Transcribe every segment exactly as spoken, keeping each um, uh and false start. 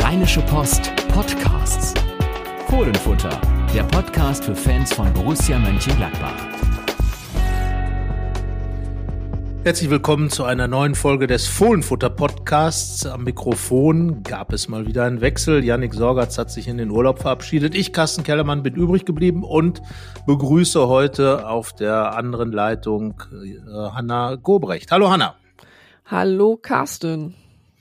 Rheinische Post Podcasts. Fohlenfutter, der Podcast für Fans von Borussia Mönchengladbach. Herzlich willkommen zu einer neuen Folge des Fohlenfutter-Podcasts. Am Mikrofon gab es mal wieder einen Wechsel. Yannick Sorgatz hat sich in den Urlaub verabschiedet. Ich, Carsten Kellermann, bin übrig geblieben und begrüße heute auf der anderen Leitung äh, Hanna Gobrecht. Hallo Hanna. Hallo Carsten.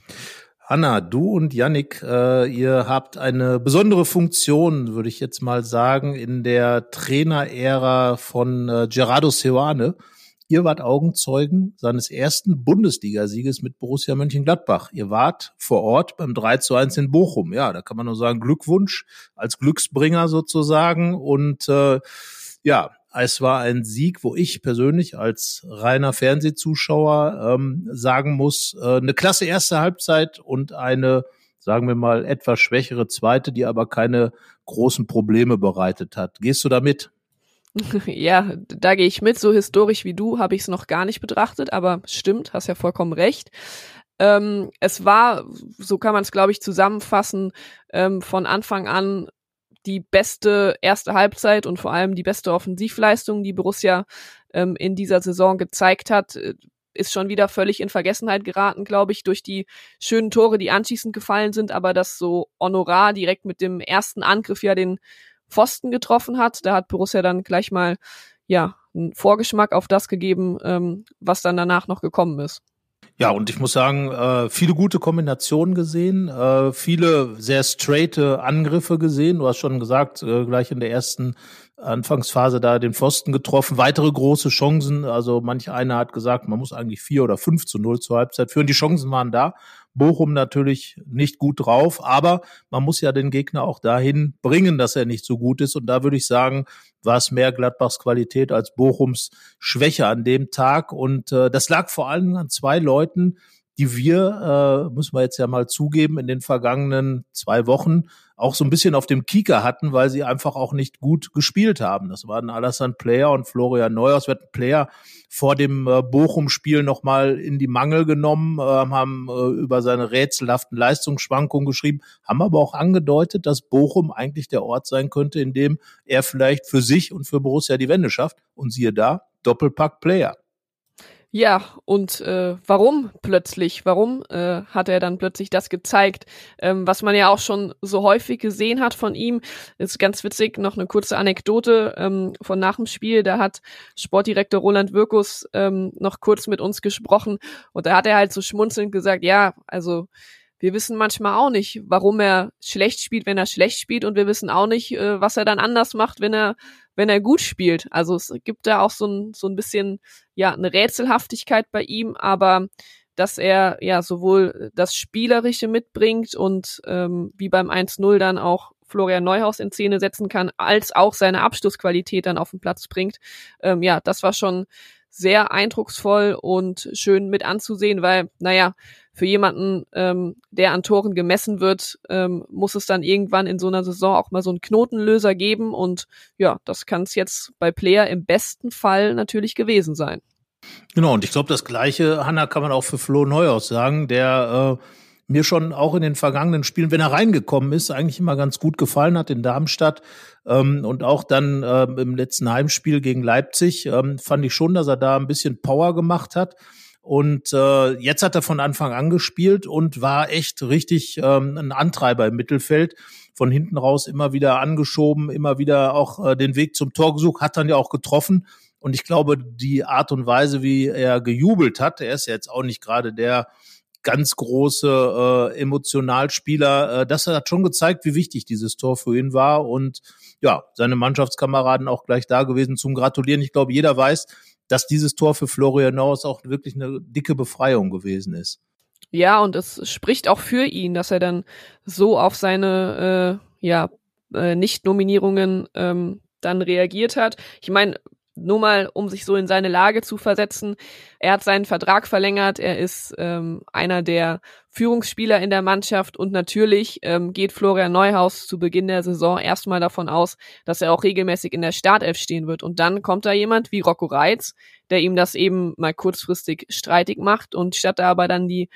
Hanna, du und Yannick, äh, ihr habt eine besondere Funktion, würde ich jetzt mal sagen, in der Trainerära von äh, Gerardo Seoane. Ihr wart Augenzeugen seines ersten Bundesligasieges mit Borussia Mönchengladbach. Ihr wart vor Ort beim drei zu eins in Bochum. Ja, da kann man nur sagen, Glückwunsch als Glücksbringer sozusagen. Und äh, ja, es war ein Sieg, wo ich persönlich als reiner Fernsehzuschauer ähm, sagen muss, äh, eine klasse erste Halbzeit und eine, sagen wir mal, etwas schwächere zweite, die aber keine großen Probleme bereitet hat. Gehst du da mit? Ja, da gehe ich mit. So historisch wie du habe ich es noch gar nicht betrachtet, aber stimmt, hast ja vollkommen recht. Ähm, es war, so kann man es glaube ich zusammenfassen, ähm, von Anfang an die beste erste Halbzeit und vor allem die beste Offensivleistung, die Borussia ähm, in dieser Saison gezeigt hat, ist schon wieder völlig in Vergessenheit geraten, glaube ich, durch die schönen Tore, die anschließend gefallen sind, aber dass so Honorar direkt mit dem ersten Angriff ja den Pfosten getroffen hat. Da hat Borussia dann gleich mal ja einen Vorgeschmack auf das gegeben, ähm, was dann danach noch gekommen ist. Ja, und ich muss sagen, äh, viele gute Kombinationen gesehen, äh, viele sehr straighte Angriffe gesehen. Du hast schon gesagt, äh, gleich in der ersten Anfangsphase da den Pfosten getroffen. Weitere große Chancen, also manch einer hat gesagt, man muss eigentlich vier oder fünf zu null zur Halbzeit führen. Die Chancen waren da. Bochum natürlich nicht gut drauf, aber man muss ja den Gegner auch dahin bringen, dass er nicht so gut ist. Und da würde ich sagen, war es mehr Gladbachs Qualität als Bochums Schwäche an dem Tag. Und äh, das lag vor allem an zwei Leuten, die wir, äh, müssen wir jetzt ja mal zugeben, in den vergangenen zwei Wochen auch so ein bisschen auf dem Kieker hatten, weil sie einfach auch nicht gut gespielt haben. Das waren Alassane Player und Florian Neuhaus. Wir hatten Player vor dem äh, Bochum-Spiel nochmal in die Mangel genommen, äh, haben äh, über seine rätselhaften Leistungsschwankungen geschrieben, haben aber auch angedeutet, dass Bochum eigentlich der Ort sein könnte, in dem er vielleicht für sich und für Borussia die Wende schafft. Und siehe da, Doppelpack Player. Ja, und äh, warum plötzlich? Warum äh, hat er dann plötzlich das gezeigt, ähm, was man ja auch schon so häufig gesehen hat von ihm? Ist ganz witzig, noch eine kurze Anekdote ähm, von nach dem Spiel. Da hat Sportdirektor Roland Wirkus ähm, noch kurz mit uns gesprochen und da hat er halt so schmunzelnd gesagt, ja, also wir wissen manchmal auch nicht, warum er schlecht spielt, wenn er schlecht spielt, und wir wissen auch nicht, äh, was er dann anders macht, wenn er wenn er gut spielt. Also es gibt da auch so ein so ein bisschen ja eine Rätselhaftigkeit bei ihm, aber dass er ja sowohl das Spielerische mitbringt und ähm, wie beim eins null dann auch Florian Neuhaus in Szene setzen kann, als auch seine Abschlussqualität dann auf den Platz bringt. Ähm, ja, das war schon sehr eindrucksvoll und schön mit anzusehen, weil, naja, für jemanden, ähm, der an Toren gemessen wird, ähm, muss es dann irgendwann in so einer Saison auch mal so einen Knotenlöser geben, und ja, das kann es jetzt bei Player im besten Fall natürlich gewesen sein. Genau, und ich glaube, das Gleiche, Hanna, kann man auch für Flo Neuhaus sagen, der äh, mir schon auch in den vergangenen Spielen, wenn er reingekommen ist, eigentlich immer ganz gut gefallen hat in Darmstadt. Ähm, und auch dann ähm, im letzten Heimspiel gegen Leipzig ähm, fand ich schon, dass er da ein bisschen Power gemacht hat. Und äh, jetzt hat er von Anfang an gespielt und war echt richtig ähm, ein Antreiber im Mittelfeld. Von hinten raus immer wieder angeschoben, immer wieder auch äh, den Weg zum Tor gesucht, hat dann ja auch getroffen. Und ich glaube, die Art und Weise, wie er gejubelt hat, er ist ja jetzt auch nicht gerade der ganz große äh, Emotionalspieler, äh, das hat schon gezeigt, wie wichtig dieses Tor für ihn war. Und ja, seine Mannschaftskameraden auch gleich da gewesen zum Gratulieren. Ich glaube, jeder weiß, dass dieses Tor für Florian Neuhaus auch wirklich eine dicke Befreiung gewesen ist. Ja, und es spricht auch für ihn, dass er dann so auf seine äh, ja äh, Nicht-Nominierungen ähm, dann reagiert hat. Ich meine, nur mal, um sich so in seine Lage zu versetzen, er hat seinen Vertrag verlängert, er ist ähm, einer der Führungsspieler in der Mannschaft, und natürlich ähm, geht Florian Neuhaus zu Beginn der Saison erstmal davon aus, dass er auch regelmäßig in der Startelf stehen wird, und dann kommt da jemand wie Rocco Reitz, der ihm das eben mal kurzfristig streitig macht, und statt da aber dann die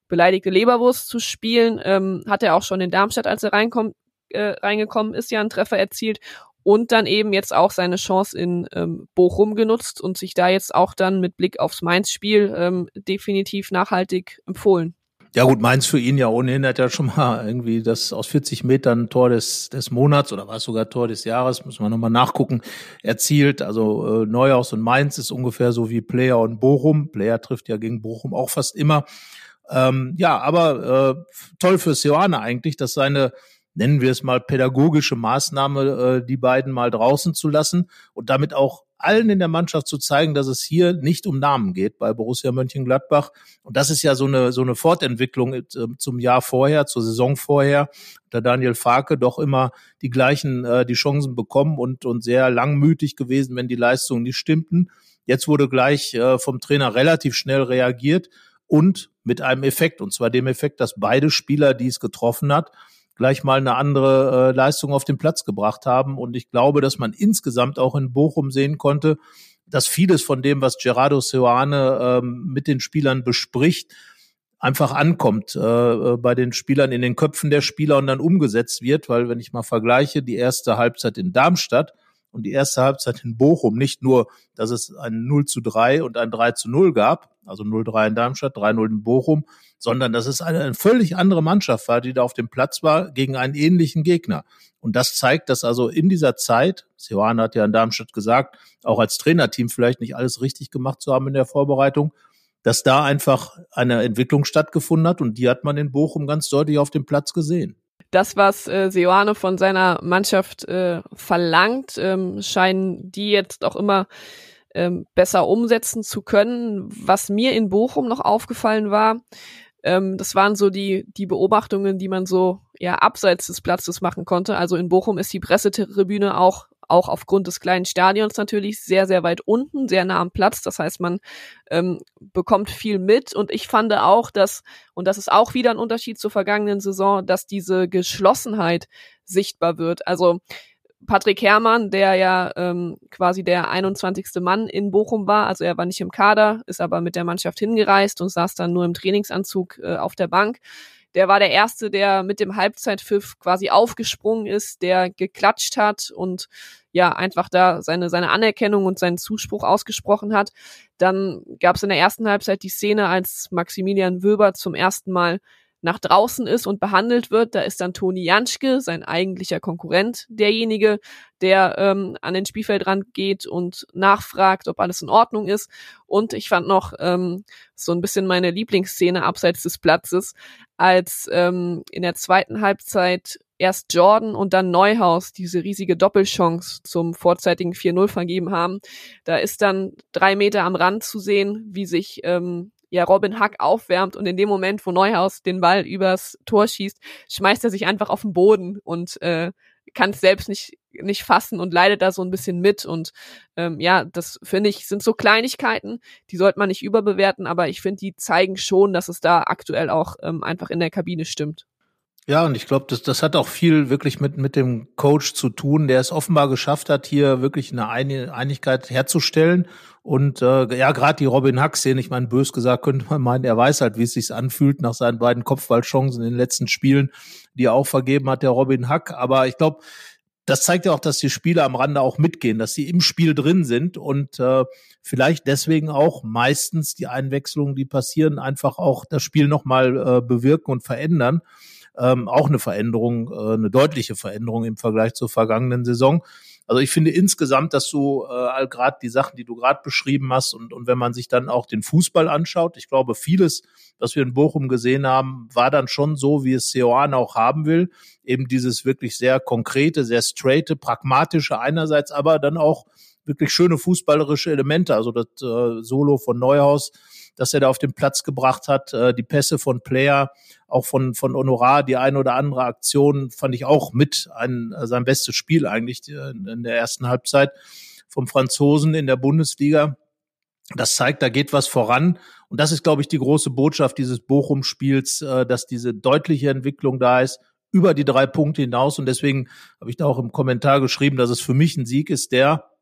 beleidigte Leberwurst zu spielen. Ähm, hat er auch schon in Darmstadt, als er reinkommt, äh, reingekommen ist, ja einen Treffer erzielt. Und dann eben jetzt auch seine Chance in ähm, Bochum genutzt und sich da jetzt auch dann mit Blick aufs Mainz-Spiel ähm, definitiv nachhaltig empfohlen. Ja gut, Mainz für ihn ja ohnehin, hat ja schon mal irgendwie das aus vierzig Metern Tor des des Monats oder war es sogar Tor des Jahres, müssen wir nochmal nachgucken, erzielt. Also äh, Neuhaus und Mainz ist ungefähr so wie Player und Bochum. Player trifft ja gegen Bochum auch fast immer. Ähm, ja, aber äh, toll für Seoane eigentlich, dass seine, nennen wir es mal, pädagogische Maßnahme, äh, die beiden mal draußen zu lassen und damit auch allen in der Mannschaft zu zeigen, dass es hier nicht um Namen geht bei Borussia Mönchengladbach. Und das ist ja so eine so eine Fortentwicklung äh, zum Jahr vorher, zur Saison vorher, da Daniel Farke doch immer die gleichen äh, die Chancen bekommen und und sehr langmütig gewesen, wenn die Leistungen nicht stimmten. Jetzt wurde gleich äh, vom Trainer relativ schnell reagiert und mit einem Effekt, und zwar dem Effekt, dass beide Spieler, die es getroffen hat, gleich mal eine andere äh, Leistung auf den Platz gebracht haben. Und ich glaube, dass man insgesamt auch in Bochum sehen konnte, dass vieles von dem, was Gerardo Seoane ähm, mit den Spielern bespricht, einfach ankommt äh, bei den Spielern, in den Köpfen der Spieler und dann umgesetzt wird. Weil wenn ich mal vergleiche, die erste Halbzeit in Darmstadt und die erste Halbzeit in Bochum, nicht nur, dass es ein null zu drei und ein drei zu null gab, also null drei in Darmstadt, drei null in Bochum, sondern dass es eine, eine völlig andere Mannschaft war, die da auf dem Platz war, gegen einen ähnlichen Gegner. Und das zeigt, dass also in dieser Zeit, Seoane hat ja in Darmstadt gesagt, auch als Trainerteam vielleicht nicht alles richtig gemacht zu haben in der Vorbereitung, dass da einfach eine Entwicklung stattgefunden hat und die hat man in Bochum ganz deutlich auf dem Platz gesehen. Das, was äh, Seoane von seiner Mannschaft äh, verlangt, ähm, scheinen die jetzt auch immer ähm, besser umsetzen zu können. Was mir in Bochum noch aufgefallen war, ähm, das waren so die die Beobachtungen, die man so ja abseits des Platzes machen konnte. Also in Bochum ist die Pressetribüne auch auch aufgrund des kleinen Stadions natürlich sehr, sehr weit unten, sehr nah am Platz. Das heißt, man ähm, bekommt viel mit. Und ich fand auch, dass, und das ist auch wieder ein Unterschied zur vergangenen Saison, dass diese Geschlossenheit sichtbar wird. Also Patrick Herrmann, der ja ähm, quasi der einundzwanzigste Mann in Bochum war, also er war nicht im Kader, ist aber mit der Mannschaft hingereist und saß dann nur im Trainingsanzug äh, auf der Bank. Der war der Erste, der mit dem Halbzeitpfiff quasi aufgesprungen ist, der geklatscht hat und ja einfach da seine seine Anerkennung und seinen Zuspruch ausgesprochen hat. Dann gab es in der ersten Halbzeit die Szene, als Maximilian Wöber zum ersten Mal nach draußen ist und behandelt wird. Da ist dann Toni Janschke, sein eigentlicher Konkurrent, derjenige, der ähm, an den Spielfeldrand geht und nachfragt, ob alles in Ordnung ist. Und ich fand noch ähm, so ein bisschen meine Lieblingsszene abseits des Platzes, als ähm, in der zweiten Halbzeit erst Jordan und dann Neuhaus diese riesige Doppelchance zum vorzeitigen vier null vergeben haben. Da ist dann drei Meter am Rand zu sehen, wie sich ähm, ja Robin Hack aufwärmt und in dem Moment, wo Neuhaus den Ball übers Tor schießt, schmeißt er sich einfach auf den Boden und äh, kann es selbst nicht nicht fassen und leidet da so ein bisschen mit. Und ähm, ja, das finde ich, sind so Kleinigkeiten, die sollte man nicht überbewerten, aber ich finde, die zeigen schon, dass es da aktuell auch ähm, einfach in der Kabine stimmt. Ja, und ich glaube, das, das hat auch viel wirklich mit mit dem Coach zu tun, der es offenbar geschafft hat, hier wirklich eine Einigkeit herzustellen. Und äh, ja, gerade die Robin Hack-Szene, ich meine, bös gesagt könnte man meinen, er weiß halt, wie es sich anfühlt nach seinen beiden Kopfballchancen in den letzten Spielen, die er auch vergeben hat, der Robin Hack. Aber ich glaube, das zeigt ja auch, dass die Spieler am Rande auch mitgehen, dass sie im Spiel drin sind und äh, vielleicht deswegen auch meistens die Einwechslungen, die passieren, einfach auch das Spiel nochmal äh, bewirken und verändern. Ähm, auch eine Veränderung, äh, eine deutliche Veränderung im Vergleich zur vergangenen Saison. Also ich finde insgesamt, dass du äh, gerade die Sachen, die du gerade beschrieben hast und, und wenn man sich dann auch den Fußball anschaut, ich glaube, vieles, was wir in Bochum gesehen haben, war dann schon so, wie es Seoane auch haben will. Eben dieses wirklich sehr konkrete, sehr straighte, pragmatische einerseits, aber dann auch wirklich schöne fußballerische Elemente. Also das äh, Solo von Neuhaus, das er da auf den Platz gebracht hat, äh, die Pässe von Player, auch von von Honorar, die eine oder andere Aktion fand ich auch mit ein, äh, sein bestes Spiel eigentlich äh, in der ersten Halbzeit vom Franzosen in der Bundesliga. Das zeigt, da geht was voran. Und das ist, glaube ich, die große Botschaft dieses Bochum-Spiels, äh, dass diese deutliche Entwicklung da ist, über die drei Punkte hinaus. Und deswegen habe ich da auch im Kommentar geschrieben, dass es für mich ein Sieg ist, der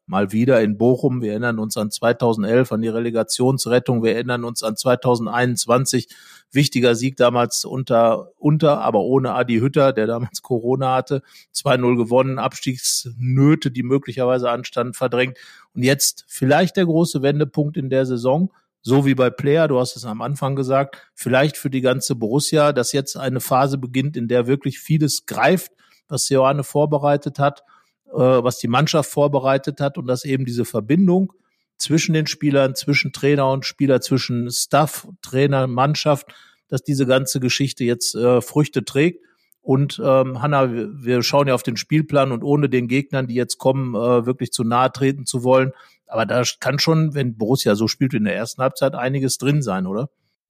mal wieder in Bochum. Wir erinnern uns an zweitausendelf, an die Relegationsrettung. Wir erinnern uns an zweitausendeinundzwanzig. Wichtiger Sieg damals unter, unter, aber ohne Adi Hütter, der damals Corona hatte. zwei null gewonnen, Abstiegsnöte, die möglicherweise anstanden, verdrängt. Und jetzt vielleicht der große Wendepunkt in der Saison. So wie bei Player, du hast es am Anfang gesagt, vielleicht für die ganze Borussia, dass jetzt eine Phase beginnt, in der wirklich vieles greift, was Seoane vorbereitet hat, was die Mannschaft vorbereitet hat und dass eben diese Verbindung zwischen den Spielern, zwischen Trainer und Spieler, zwischen Staff, Trainer, Mannschaft, dass diese ganze Geschichte jetzt äh, Früchte trägt. Und ähm, Hanna, wir, wir schauen ja auf den Spielplan und ohne den Gegnern, die jetzt kommen, äh, wirklich zu nahe treten zu wollen. Aber da kann schon, wenn Borussia so spielt wie in der ersten Halbzeit, einiges drin sein, oder?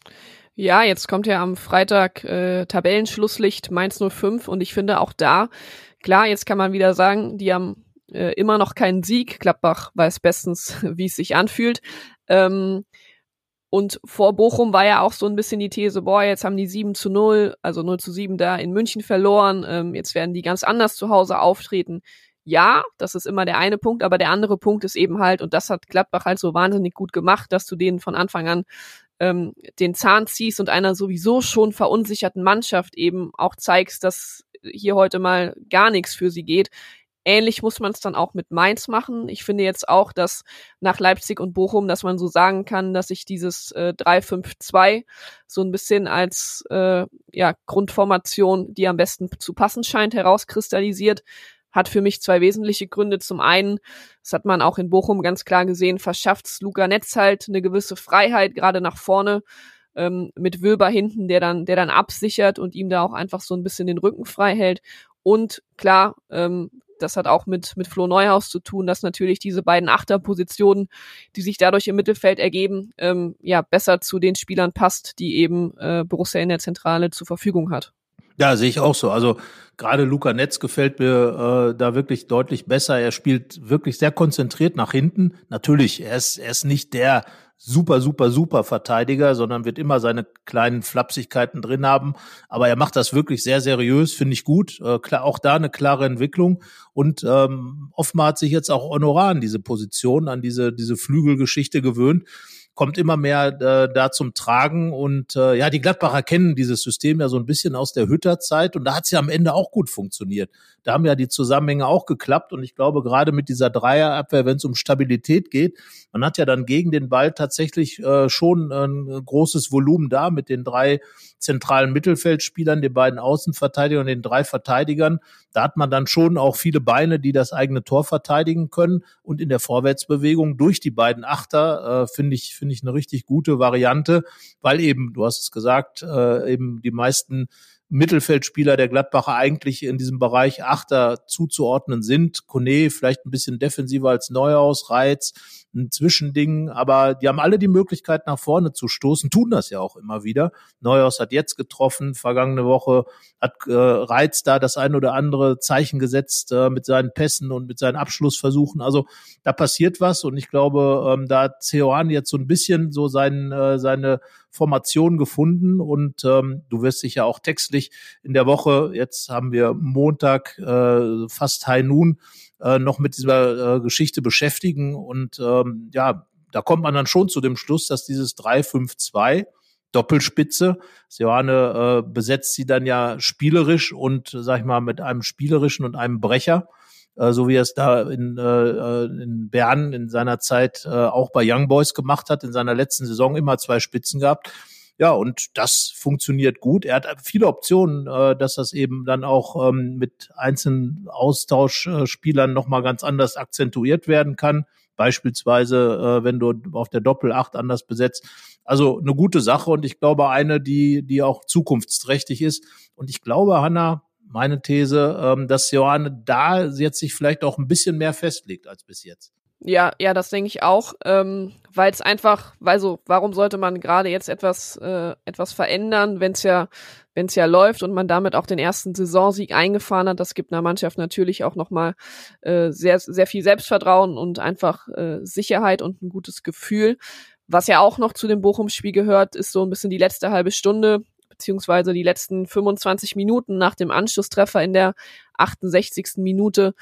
Ja, jetzt kommt ja am Freitag äh, Tabellenschlusslicht Mainz null fünf und ich finde auch da, klar, jetzt kann man wieder sagen, die haben äh, immer noch keinen Sieg. Gladbach weiß bestens, wie es sich anfühlt. Ähm, und vor Bochum war ja auch so ein bisschen die These, boah, jetzt haben die sieben zu null, also null zu sieben da in München verloren. Ähm, jetzt werden die ganz anders zu Hause auftreten. Ja, das ist immer der eine Punkt, aber der andere Punkt ist eben halt, und das hat Gladbach halt so wahnsinnig gut gemacht, dass du denen von Anfang an ähm, den Zahn ziehst und einer sowieso schon verunsicherten Mannschaft eben auch zeigst, dass hier heute mal gar nichts für sie geht. Ähnlich muss man es dann auch mit Mainz machen. Ich finde jetzt auch, dass nach Leipzig und Bochum, dass man so sagen kann, dass sich dieses äh, drei fünf zwei so ein bisschen als äh, ja Grundformation, die am besten zu passen scheint, herauskristallisiert. Hat für mich zwei wesentliche Gründe. Zum einen, das hat man auch in Bochum ganz klar gesehen, verschafft's Luca Netz halt eine gewisse Freiheit, gerade nach vorne, ähm, mit Wöber hinten, der dann, der dann absichert und ihm da auch einfach so ein bisschen den Rücken frei hält. Und klar, ähm, das hat auch mit, mit Flo Neuhaus zu tun, dass natürlich diese beiden Achterpositionen, die sich dadurch im Mittelfeld ergeben, ähm, ja, besser zu den Spielern passt, die eben äh, Borussia in der Zentrale zur Verfügung hat. Ja, sehe ich auch so. Also gerade Luca Netz gefällt mir äh, da wirklich deutlich besser. Er spielt wirklich sehr konzentriert nach hinten. Natürlich, er ist, er ist nicht der super, super, super Verteidiger, sondern wird immer seine kleinen Flapsigkeiten drin haben. Aber er macht das wirklich sehr seriös, finde ich gut. Äh, klar, auch da eine klare Entwicklung. Und ähm, offenbar hat sich jetzt auch Honorar an diese Position, an diese, diese Flügelgeschichte gewöhnt. Kommt immer mehr äh, da zum Tragen und äh, ja, die Gladbacher kennen dieses System ja so ein bisschen aus der Hütter-Zeit und da hat es ja am Ende auch gut funktioniert. Da haben ja die Zusammenhänge auch geklappt und ich glaube gerade mit dieser Dreierabwehr, wenn es um Stabilität geht, man hat ja dann gegen den Ball tatsächlich äh, schon ein großes Volumen da mit den drei zentralen Mittelfeldspielern, den beiden Außenverteidigern und den drei Verteidigern. Da hat man dann schon auch viele Beine, die das eigene Tor verteidigen können und in der Vorwärtsbewegung durch die beiden Achter äh, finde ich finde ich eine richtig gute Variante, weil eben, du hast es gesagt, äh, eben die meisten Mittelfeldspieler der Gladbacher eigentlich in diesem Bereich Achter zuzuordnen sind. Kone vielleicht ein bisschen defensiver als Neuhaus, Reitz, ein Zwischending, aber die haben alle die Möglichkeit nach vorne zu stoßen, tun das ja auch immer wieder. Neuhaus hat jetzt getroffen, vergangene Woche hat äh, Reitz da das ein oder andere Zeichen gesetzt äh, mit seinen Pässen und mit seinen Abschlussversuchen. Also da passiert was und ich glaube, ähm, da hat Seoane jetzt so ein bisschen so sein, äh, seine Formation gefunden und ähm, du wirst dich ja auch textlich in der Woche, jetzt haben wir Montag, äh, fast High Noon, äh, noch mit dieser äh, Geschichte beschäftigen und ähm, ja, da kommt man dann schon zu dem Schluss, dass dieses drei fünf zwei Doppelspitze, Seoane äh, besetzt sie dann ja spielerisch und, sag ich mal, mit einem spielerischen und einem Brecher, äh, so wie er es da in, äh, in Bern in seiner Zeit äh, auch bei Young Boys gemacht hat, in seiner letzten Saison immer zwei Spitzen gehabt. Ja, und das funktioniert gut. Er hat viele Optionen, äh, dass das eben dann auch ähm, mit einzelnen Austauschspielern nochmal ganz anders akzentuiert werden kann. Beispielsweise, äh, wenn du auf der Doppel-Acht anders besetzt. Also eine gute Sache und ich glaube eine, die die auch zukunftsträchtig ist. Und ich glaube, Hanna, meine These, ähm, dass Seoane da jetzt sich vielleicht auch ein bisschen mehr festlegt als bis jetzt. Ja, ja, das denke ich auch, ähm, weil es einfach, weil so, warum sollte man gerade jetzt etwas äh, etwas verändern, wenn es ja wenn es ja läuft und man damit auch den ersten Saisonsieg eingefahren hat. Das gibt einer Mannschaft natürlich auch nochmal äh, sehr sehr viel Selbstvertrauen und einfach äh, Sicherheit und ein gutes Gefühl. Was ja auch noch zu dem Bochum-Spiel gehört, ist so ein bisschen die letzte halbe Stunde beziehungsweise die letzten fünfundzwanzig Minuten nach dem Anschlusstreffer in der achtundsechzigsten Minute.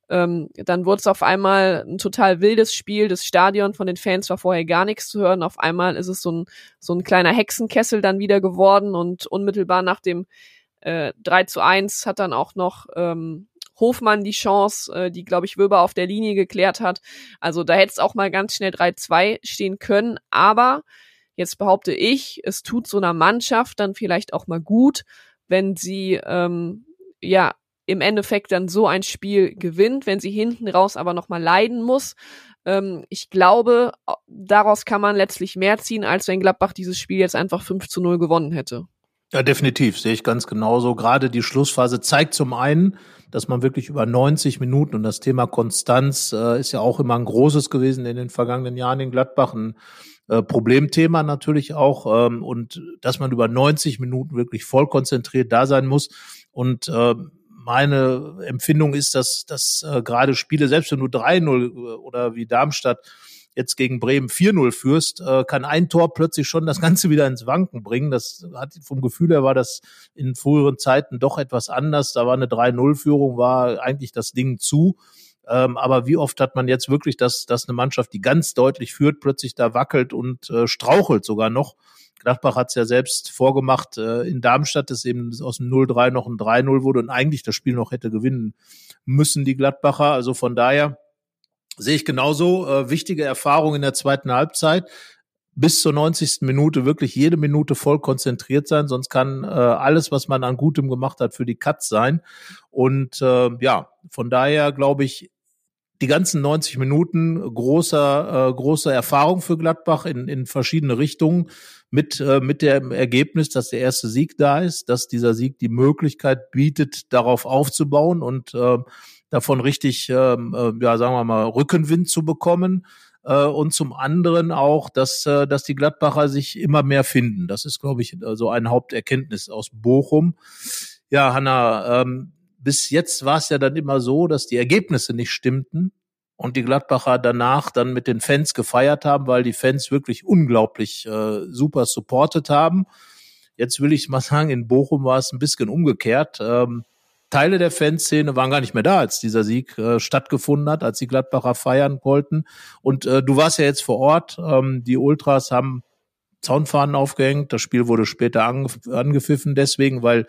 Ähm, dann wurde es auf einmal ein total wildes Spiel. Das Stadion von den Fans war vorher gar nichts zu hören. Auf einmal ist es so ein, so ein kleiner Hexenkessel dann wieder geworden und unmittelbar nach dem äh, drei zu eins hat dann auch noch ähm, Hofmann die Chance, äh, die, glaube ich, Wöber auf der Linie geklärt hat. Also da hätte es auch mal ganz schnell drei zwei stehen können. Aber jetzt behaupte ich, es tut so einer Mannschaft dann vielleicht auch mal gut, wenn sie ähm, ja im Endeffekt dann so ein Spiel gewinnt, wenn sie hinten raus aber nochmal leiden muss. Ähm, ich glaube, daraus kann man letztlich mehr ziehen, als wenn Gladbach dieses Spiel jetzt einfach fünf zu null gewonnen hätte. Ja, definitiv, sehe ich ganz genauso. Gerade die Schlussphase zeigt zum einen, dass man wirklich über neunzig Minuten, und das Thema Konstanz äh, ist ja auch immer ein großes gewesen in den vergangenen Jahren in Gladbach, ein äh, Problemthema natürlich auch, ähm, und dass man über neunzig Minuten wirklich voll konzentriert da sein muss. Und äh, meine Empfindung ist, dass, dass äh, gerade Spiele, selbst wenn du drei null oder wie Darmstadt jetzt gegen Bremen vier null führst, äh, kann ein Tor plötzlich schon das Ganze wieder ins Wanken bringen. Das hat vom Gefühl her war das in früheren Zeiten doch etwas anders. Da war eine drei null Führung, war eigentlich das Ding zu. Ähm, aber wie oft hat man jetzt wirklich, dass, dass eine Mannschaft, die ganz deutlich führt, plötzlich da wackelt und äh, strauchelt sogar noch. Gladbach hat es ja selbst vorgemacht äh, in Darmstadt, dass eben aus dem null drei noch ein drei null wurde und eigentlich das Spiel noch hätte gewinnen müssen, die Gladbacher. Also von daher sehe ich genauso äh, wichtige Erfahrung in der zweiten Halbzeit. Bis zur neunzigsten Minute wirklich jede Minute voll konzentriert sein, sonst kann äh, alles, was man an Gutem gemacht hat, für die Katz sein. Und äh, ja, von daher glaube ich, die ganzen neunzig Minuten großer äh, große Erfahrung für Gladbach in in verschiedene Richtungen mit äh, mit dem Ergebnis, dass der erste Sieg da ist, dass dieser Sieg die Möglichkeit bietet, darauf aufzubauen und äh, davon richtig, äh, ja, sagen wir mal, Rückenwind zu bekommen. Äh, und zum anderen auch, dass äh, dass die Gladbacher sich immer mehr finden. Das ist, glaube ich, so ein Haupterkenntnis aus Bochum. Ja, Hanna, ähm, bis jetzt war es ja dann immer so, dass die Ergebnisse nicht stimmten und die Gladbacher danach dann mit den Fans gefeiert haben, weil die Fans wirklich unglaublich äh, super supportet haben. Jetzt will ich mal sagen, in Bochum war es ein bisschen umgekehrt. Ähm, Teile der Fanszene waren gar nicht mehr da, als dieser Sieg äh, stattgefunden hat, als die Gladbacher feiern wollten. Und äh, du warst ja jetzt vor Ort. Ähm, die Ultras haben Zaunfahnen aufgehängt. Das Spiel wurde später angef- angepfiffen deswegen, weil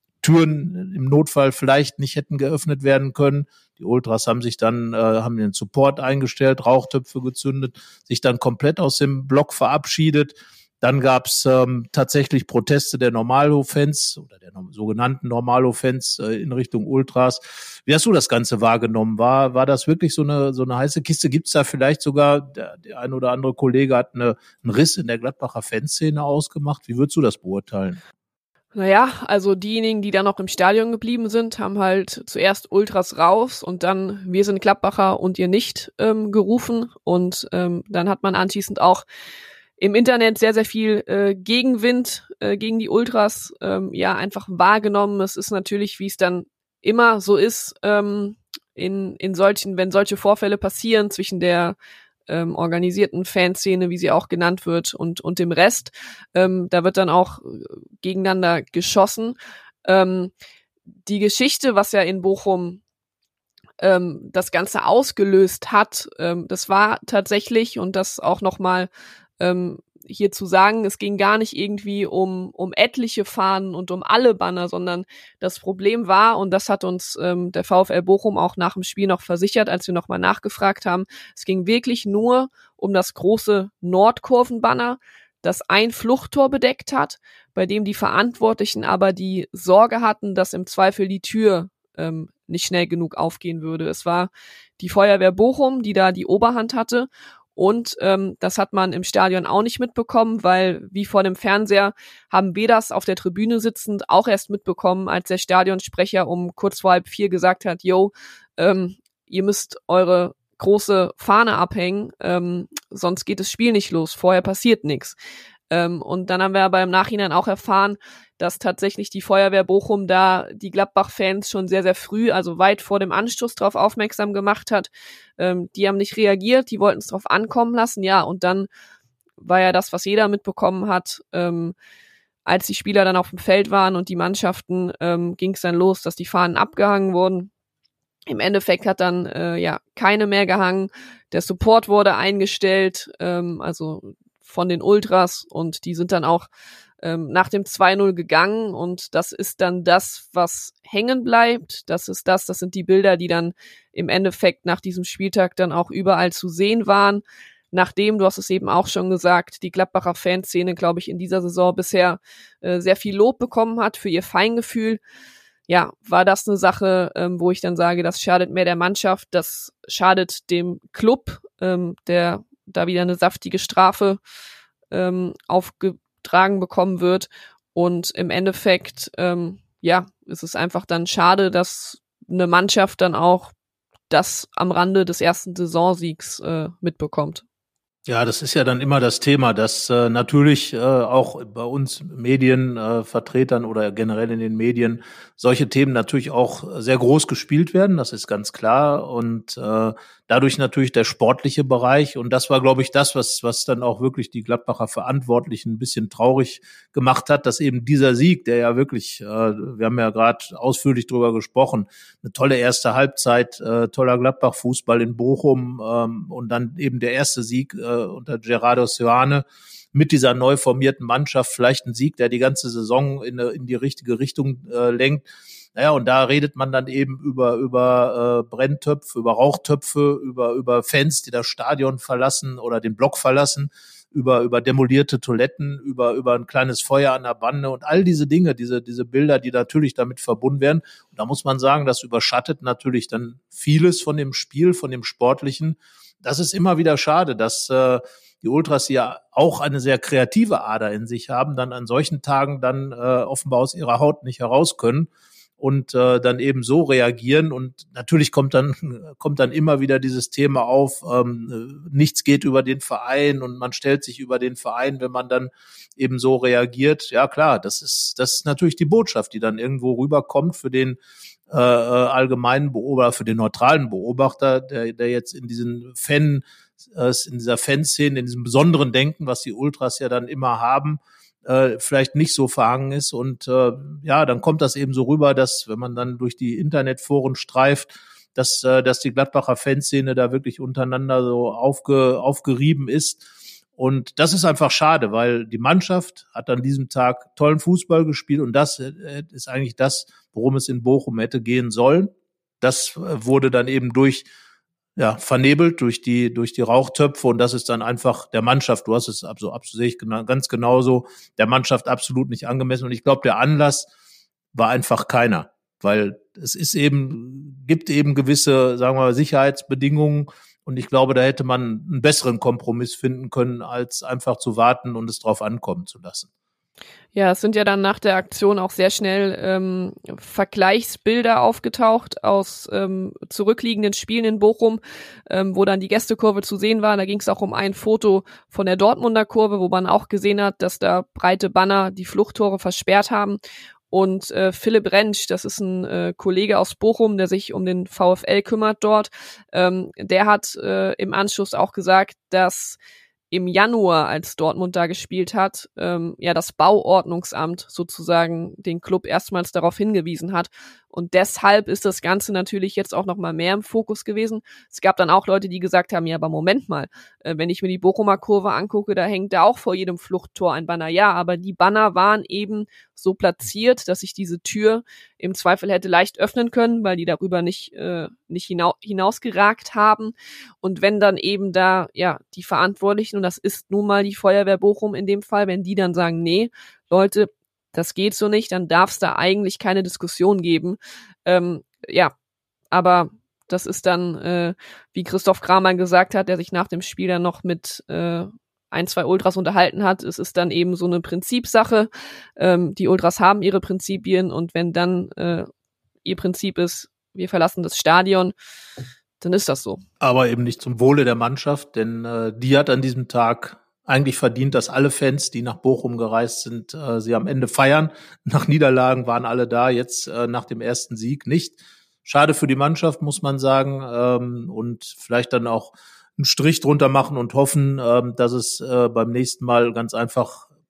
Türen im Notfall vielleicht nicht hätten geöffnet werden können. Die Ultras haben sich dann, äh, haben den Support eingestellt, Rauchtöpfe gezündet, sich dann komplett aus dem Block verabschiedet. Dann gab's ähm, tatsächlich Proteste der Normalo-Fans oder der sogenannten Normalo-Fans äh, in Richtung Ultras. Wie hast du das Ganze wahrgenommen? War war das wirklich so eine so eine heiße Kiste? Gibt's da vielleicht sogar, der, der ein oder andere Kollege hat eine, einen Riss in der Gladbacher Fanszene ausgemacht? Wie würdest du das beurteilen? Naja, also diejenigen, die da noch im Stadion geblieben sind, haben halt zuerst Ultras raus und dann wir sind Gladbacher und ihr nicht ähm, gerufen. Und ähm, dann hat man anschließend auch im Internet sehr, sehr viel äh, Gegenwind äh, gegen die Ultras ähm, ja einfach wahrgenommen. Es ist natürlich, wie es dann immer so ist, ähm, in in solchen, wenn solche Vorfälle passieren zwischen der ähm, organisierten Fanszene, wie sie auch genannt wird, und und dem Rest, ähm, da wird dann auch gegeneinander geschossen. Ähm, die Geschichte, was ja in Bochum ähm, das Ganze ausgelöst hat, ähm, das war tatsächlich, und das auch nochmal ähm, hier zu sagen, es ging gar nicht irgendwie um um etliche Fahnen und um alle Banner, sondern das Problem war, und das hat uns ähm, der VfL Bochum auch nach dem Spiel noch versichert, als wir nochmal nachgefragt haben, es ging wirklich nur um das große Nordkurvenbanner, das ein Fluchttor bedeckt hat, bei dem die Verantwortlichen aber die Sorge hatten, dass im Zweifel die Tür ähm, nicht schnell genug aufgehen würde. Es war die Feuerwehr Bochum, die da die Oberhand hatte. Und ähm, das hat man im Stadion auch nicht mitbekommen, weil wie vor dem Fernseher haben wir das auf der Tribüne sitzend auch erst mitbekommen, als der Stadionsprecher um kurz vor halb vier gesagt hat, yo, ähm, ihr müsst eure große Fahne abhängen, ähm, sonst geht das Spiel nicht los, vorher passiert nichts. Ähm, und dann haben wir aber im Nachhinein auch erfahren, dass tatsächlich die Feuerwehr Bochum da die Gladbach-Fans schon sehr, sehr früh, also weit vor dem Anstoß darauf aufmerksam gemacht hat. Ähm, die haben nicht reagiert, die wollten es drauf ankommen lassen, ja, und dann war ja das, was jeder mitbekommen hat, ähm, als die Spieler dann auf dem Feld waren und die Mannschaften, ähm, ging es dann los, dass die Fahnen abgehangen wurden. Im Endeffekt hat dann äh, ja keine mehr gehangen. Der Support wurde eingestellt, ähm, also von den Ultras, und die sind dann auch ähm, nach dem zwei null gegangen, und das ist dann das, was hängen bleibt. Das ist das, das sind die Bilder, die dann im Endeffekt nach diesem Spieltag dann auch überall zu sehen waren. Nachdem, du hast es eben auch schon gesagt, die Gladbacher Fanszene, glaube ich, in dieser Saison bisher äh, sehr viel Lob bekommen hat für ihr Feingefühl, ja, war das eine Sache, ähm, wo ich dann sage, das schadet mehr der Mannschaft, das schadet dem Club, ähm, der da wieder eine saftige Strafe ähm, aufgetragen bekommen wird. Und im Endeffekt, ähm, ja, ist es einfach dann schade, dass eine Mannschaft dann auch das am Rande des ersten Saisonsiegs äh, mitbekommt. Ja, das ist ja dann immer das Thema, dass äh, natürlich äh, auch bei uns Medienvertretern äh, oder generell in den Medien solche Themen natürlich auch sehr groß gespielt werden, das ist ganz klar, und äh, dadurch natürlich der sportliche Bereich, und das war, glaube ich, das, was was dann auch wirklich die Gladbacher Verantwortlichen ein bisschen traurig gemacht hat, dass eben dieser Sieg, der ja wirklich, äh, wir haben ja gerade ausführlich drüber gesprochen, eine tolle erste Halbzeit, äh, toller Gladbach-Fußball in Bochum, ähm, und dann eben der erste Sieg äh, unter Gerardo Seoane mit dieser neu formierten Mannschaft, vielleicht ein Sieg, der die ganze Saison in, in die richtige Richtung äh, lenkt. Naja, und da redet man dann eben über über äh, Brenntöpfe, über Rauchtöpfe, über über Fans, die das Stadion verlassen oder den Block verlassen, über über demolierte Toiletten, über über ein kleines Feuer an der Bande und all diese Dinge, diese diese Bilder, die natürlich damit verbunden werden. Und da muss man sagen, das überschattet natürlich dann vieles von dem Spiel, von dem Sportlichen. Das ist immer wieder schade, dass äh, die Ultras, die ja auch eine sehr kreative Ader in sich haben, dann an solchen Tagen dann äh, offenbar aus ihrer Haut nicht heraus können und äh, dann eben so reagieren. Und natürlich kommt dann kommt dann immer wieder dieses Thema auf, ähm, nichts geht über den Verein und man stellt sich über den Verein, wenn man dann eben so reagiert. Ja klar, das ist das ist natürlich die Botschaft, die dann irgendwo rüberkommt für den äh, allgemeinen Beobachter, für den neutralen Beobachter, der der jetzt in diesen Fan in dieser Fanszene, in diesem besonderen Denken, was die Ultras ja dann immer haben, äh, vielleicht nicht so verhangen ist. Und äh, ja, dann kommt das eben so rüber, dass, wenn man dann durch die Internetforen streift, dass, äh, dass die Gladbacher Fanszene da wirklich untereinander so aufge, aufgerieben ist. Und das ist einfach schade, weil die Mannschaft hat an diesem Tag tollen Fußball gespielt, und das ist eigentlich das, worum es in Bochum hätte gehen sollen. Das wurde dann eben durch ja, vernebelt durch die, durch die Rauchtöpfe, und das ist dann einfach der Mannschaft, du hast es so, so sehe ich genau, ganz genauso, der Mannschaft absolut nicht angemessen, und ich glaube, der Anlass war einfach keiner, weil es ist eben, gibt eben gewisse, sagen wir mal, Sicherheitsbedingungen, und ich glaube, da hätte man einen besseren Kompromiss finden können, als einfach zu warten und es drauf ankommen zu lassen. Ja, es sind ja dann nach der Aktion auch sehr schnell ähm, Vergleichsbilder aufgetaucht aus ähm, zurückliegenden Spielen in Bochum, ähm, wo dann die Gästekurve zu sehen war. Da ging es auch um ein Foto von der Dortmunder Kurve, wo man auch gesehen hat, dass da breite Banner die Fluchttore versperrt haben. Und äh, Philipp Rentsch, das ist ein äh, Kollege aus Bochum, der sich um den VfL kümmert dort, ähm, der hat äh, im Anschluss auch gesagt, dass im Januar, als Dortmund da gespielt hat, ähm, ja das Bauordnungsamt sozusagen den Club erstmals darauf hingewiesen hat. Und deshalb ist das Ganze natürlich jetzt auch noch mal mehr im Fokus gewesen. Es gab dann auch Leute, die gesagt haben, ja, aber Moment mal, äh, wenn ich mir die Bochumer Kurve angucke, da hängt da auch vor jedem Fluchttor ein Banner. Ja, aber die Banner waren eben so platziert, dass ich diese Tür im Zweifel hätte leicht öffnen können, weil die darüber nicht äh, nicht hinau- hinausgeragt haben. Und wenn dann eben da ja die Verantwortlichen, und das ist nun mal die Feuerwehr Bochum in dem Fall, wenn die dann sagen, nee, Leute, das geht so nicht, dann darf es da eigentlich keine Diskussion geben. Ähm, ja, aber das ist dann, äh, wie Christoph Kramer gesagt hat, der sich nach dem Spiel dann noch mit äh, ein, zwei Ultras unterhalten hat, es ist dann eben so eine Prinzipsache. Ähm, die Ultras haben ihre Prinzipien, und wenn dann äh, ihr Prinzip ist, wir verlassen das Stadion, dann ist das so. Aber eben nicht zum Wohle der Mannschaft, denn äh, die hat an diesem Tag eigentlich verdient, dass alle Fans, die nach Bochum gereist sind, äh, sie am Ende feiern. Nach Niederlagen waren alle da, jetzt äh, nach dem ersten Sieg nicht. Schade für die Mannschaft, muss man sagen, ähm, und vielleicht dann auch einen Strich drunter machen und hoffen, ähm, dass es äh, beim nächsten Mal ganz einfach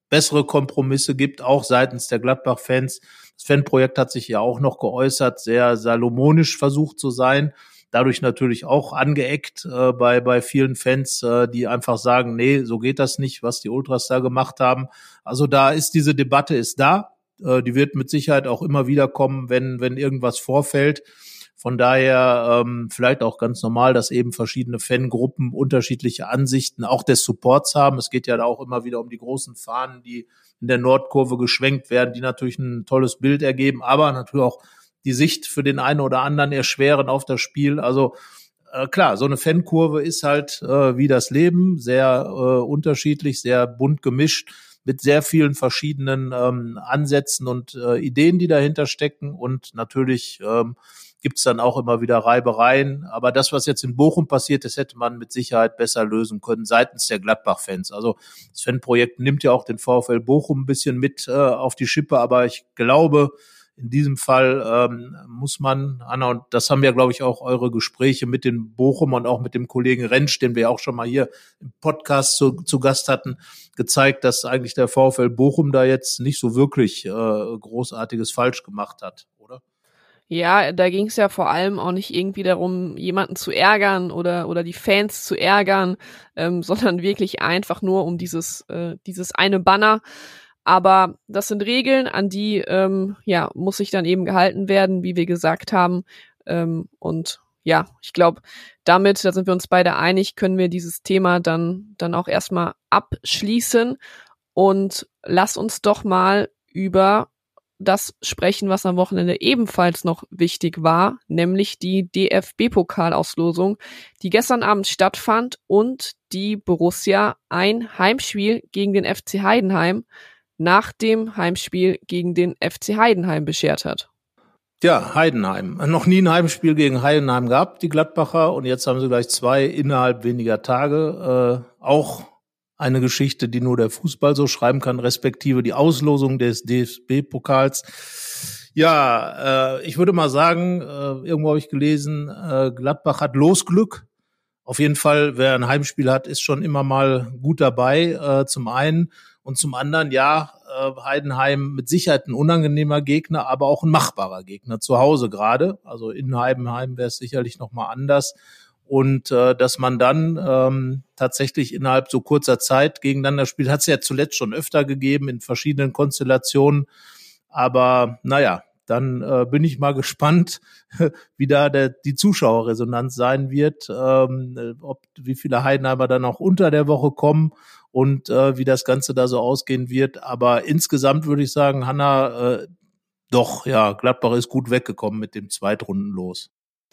bessere Kompromisse gibt, auch seitens der Gladbach-Fans. Das Fanprojekt hat sich ja auch noch geäußert, sehr salomonisch versucht zu sein. Dadurch natürlich auch angeeckt äh, bei bei vielen Fans, äh, die einfach sagen, nee, so geht das nicht, was die Ultras da gemacht haben. Also da ist diese Debatte ist da. Äh, die wird mit Sicherheit auch immer wieder kommen, wenn wenn irgendwas vorfällt. Von daher ähm, vielleicht auch ganz normal, dass eben verschiedene Fangruppen unterschiedliche Ansichten auch des Supports haben. Es geht ja da auch immer wieder um die großen Fahnen, die in der Nordkurve geschwenkt werden, die natürlich ein tolles Bild ergeben, aber natürlich auch die Sicht für den einen oder anderen erschweren auf das Spiel. Also äh, klar, so eine Fankurve ist halt äh, wie das Leben, sehr äh, unterschiedlich, sehr bunt gemischt, mit sehr vielen verschiedenen ähm, Ansätzen und äh, Ideen, die dahinter stecken. Und natürlich ähm, gibt's dann auch immer wieder Reibereien. Aber das, was jetzt in Bochum passiert ist, hätte man mit Sicherheit besser lösen können seitens der Gladbach-Fans. Also das Fanprojekt nimmt ja auch den VfL Bochum ein bisschen mit äh, auf die Schippe. Aber ich glaube, in diesem Fall ähm, muss man, Anna, und das haben ja, glaube ich, auch eure Gespräche mit den Bochum und auch mit dem Kollegen Rentsch, den wir auch schon mal hier im Podcast zu, zu Gast hatten, gezeigt, dass eigentlich der VfL Bochum da jetzt nicht so wirklich äh, Großartiges falsch gemacht hat, oder? Ja, da ging es ja vor allem auch nicht irgendwie darum, jemanden zu ärgern oder oder die Fans zu ärgern, ähm, sondern wirklich einfach nur um dieses äh, dieses eine Banner. Aber das sind Regeln, an die ähm, ja muss sich dann eben gehalten werden, wie wir gesagt haben. Ähm, und ja, ich glaube, damit, da sind wir uns beide einig, können wir dieses Thema dann dann auch erstmal abschließen. Und lass uns doch mal über das sprechen, was am Wochenende ebenfalls noch wichtig war, nämlich die D F B-Pokalauslosung, die gestern Abend stattfand und die Borussia ein Heimspiel gegen den F C Heidenheim nach dem Heimspiel gegen den F C Heidenheim beschert hat. Ja, Heidenheim. Noch nie ein Heimspiel gegen Heidenheim gehabt, die Gladbacher. Und jetzt haben sie gleich zwei innerhalb weniger Tage. Äh, auch eine Geschichte, die nur der Fußball so schreiben kann, respektive die Auslosung des D F B-Pokals. Ja, äh, ich würde mal sagen, äh, irgendwo habe ich gelesen, äh, Gladbach hat Losglück. Auf jeden Fall, wer ein Heimspiel hat, ist schon immer mal gut dabei, äh, zum einen. Und zum anderen, ja, äh, Heidenheim mit Sicherheit ein unangenehmer Gegner, aber auch ein machbarer Gegner zu Hause gerade. Also in Heidenheim wäre es sicherlich nochmal anders. Und äh, dass man dann ähm, tatsächlich innerhalb so kurzer Zeit gegeneinander spielt, hat es ja zuletzt schon öfter gegeben in verschiedenen Konstellationen. Aber naja, dann äh, bin ich mal gespannt, wie da der, die Zuschauerresonanz sein wird, ähm, ob wie viele Heidenheimer dann auch unter der Woche kommen und äh, wie das Ganze da so ausgehen wird. Aber insgesamt würde ich sagen, Hanna, äh, doch, ja, Gladbach ist gut weggekommen mit dem Zweitrundenlos.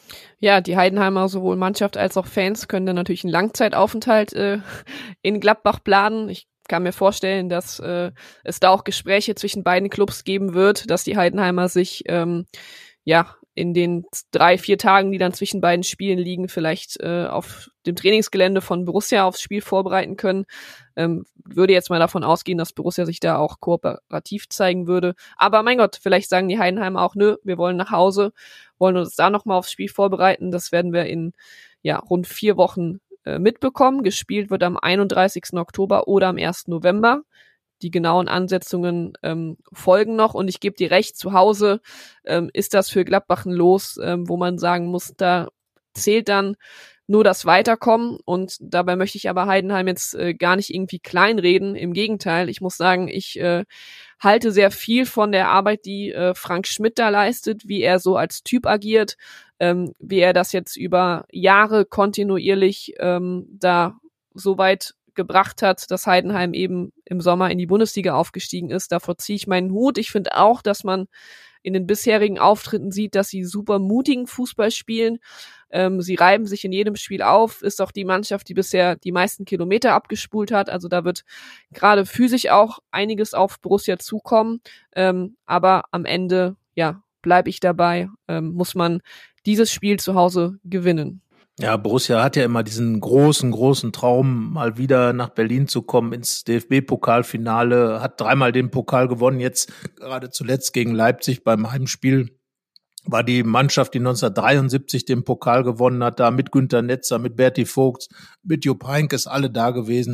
Ja, die Heidenheimer, sowohl Mannschaft als auch Fans, können dann natürlich einen Langzeitaufenthalt äh, in Gladbach planen. Ich kann mir vorstellen, dass äh, es da auch Gespräche zwischen beiden Clubs geben wird, dass die Heidenheimer sich ähm, ja in den drei, vier Tagen, die dann zwischen beiden Spielen liegen, vielleicht äh, auf dem Trainingsgelände von Borussia aufs Spiel vorbereiten können. Ähm, würde jetzt mal davon ausgehen, dass Borussia sich da auch kooperativ zeigen würde. Aber mein Gott, vielleicht sagen die Heidenheimer auch, nö, wir wollen nach Hause, wollen uns da nochmal aufs Spiel vorbereiten. Das werden wir in ja rund vier Wochen äh, mitbekommen. Gespielt wird am einunddreißigsten Oktober oder am ersten November. Die genauen Ansetzungen ähm, folgen noch und ich gebe dir recht, zu Hause ähm, ist das für Gladbach ein Los, ähm, wo man sagen muss, da zählt dann nur das Weiterkommen und dabei möchte ich aber Heidenheim jetzt äh, gar nicht irgendwie kleinreden, im Gegenteil, ich muss sagen, ich äh, halte sehr viel von der Arbeit, die äh, Frank Schmidt da leistet, wie er so als Typ agiert, ähm, wie er das jetzt über Jahre kontinuierlich ähm, da so weit gebracht hat, dass Heidenheim eben im Sommer in die Bundesliga aufgestiegen ist. Davor ziehe ich meinen Hut. Ich finde auch, dass man in den bisherigen Auftritten sieht, dass sie super mutigen Fußball spielen. Ähm, sie reiben sich in jedem Spiel auf. Ist auch die Mannschaft, die bisher die meisten Kilometer abgespult hat. Also da wird gerade physisch auch einiges auf Borussia zukommen. Ähm, aber am Ende, ja, bleibe ich dabei, ähm, muss man dieses Spiel zu Hause gewinnen. Ja, Borussia hat ja immer diesen großen, großen Traum, mal wieder nach Berlin zu kommen ins D F B-Pokalfinale, hat dreimal den Pokal gewonnen, jetzt gerade zuletzt gegen Leipzig beim Heimspiel war die Mannschaft, die neunzehnhundertdreiundsiebzig den Pokal gewonnen hat, da mit Günter Netzer, mit Berti Vogts, mit Jupp Heynckes, alle da gewesen.